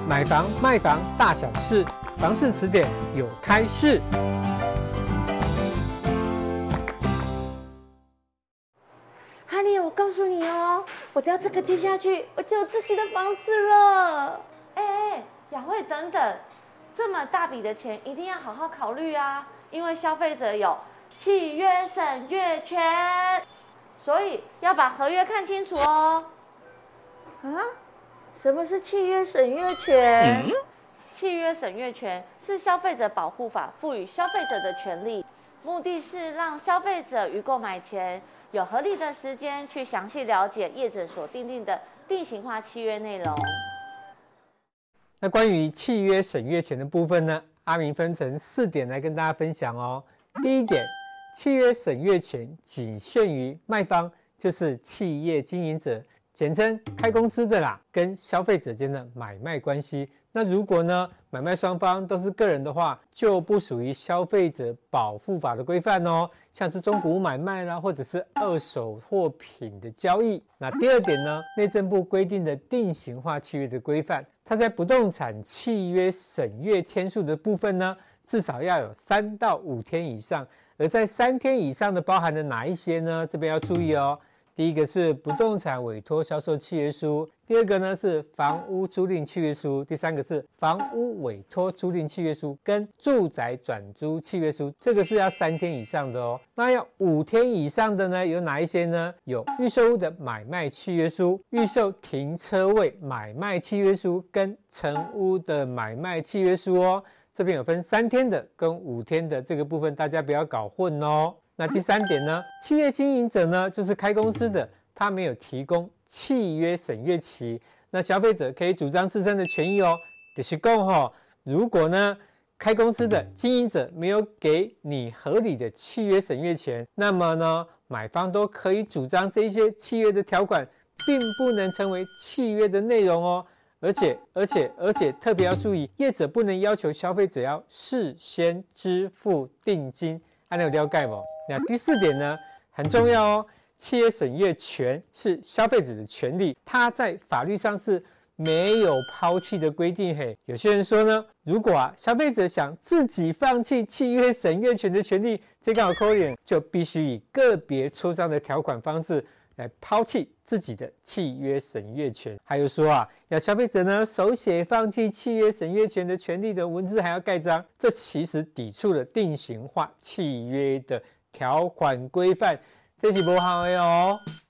买房卖房大小事，房市词典有开市。 哈利，我告诉你哦，我只要这个接下去，我就有自己的房子了。雅慧，等等，这么大笔的钱一定要好好考虑啊，因为消费者有契约审阅权，所以要把合约看清楚哦。啊？什么是契约审阅权？契约审阅权是消费者保护法赋予消费者的权利，目的是让消费者于购买前有合理的时间去详细了解业者所订定的定型化契约内容。 那关于契约审阅权的部分呢，阿明分成4点来跟大家分享哦。第一点，契约审阅权仅限于卖方，就是企业经营者，简称开公司的啦，跟消费者间的买卖关系。那如果呢，买卖双方都是个人的话，就不属于消费者保护法的规范哦，像是中古屋买卖啦，或者是二手货品的交易。那第二点呢，内政部规定的定型化契约的规范，它在不动产契约审阅天数的部分呢，至少要有3到5天以上，而在3天以上的包含了哪一些呢？这边要注意哦。第一个是不动产委托销售契约书，第二个呢是房屋租赁契约书，第三个是房屋委托租赁契约书跟住宅转租契约书，这个是要3天以上的哦。那要5天以上的呢，有哪一些呢？有预售屋的买卖契约书、预售停车位买卖契约书跟成屋的买卖契约书哦。这边有分3天的跟5天的，这个部分大家不要搞混哦。那第3点呢，企业经营者呢，就是开公司的，他没有提供契约审阅期，那消费者可以主张自身的权益哦。就是说如果呢，开公司的经营者没有给你合理的契约审阅权，那么呢，买方都可以主张这些契约的条款并不能成为契约的内容哦。而且特别要注意，业者不能要求消费者要事先支付定金，按照了解吗？那第4点呢，很重要哦。契约审阅权是消费者的权利，它在法律上是没有抛弃的规定。嘿，有些人说呢，如果消费者想自己放弃契约审阅权的权利，这个可能就必须以个别磋商的条款方式来抛弃自己的契约审阅权。还有说要消费者呢手写放弃契约审阅权的权利的文字还要盖章，这其实抵触了定型化契约的条款规范，这是不好的哦。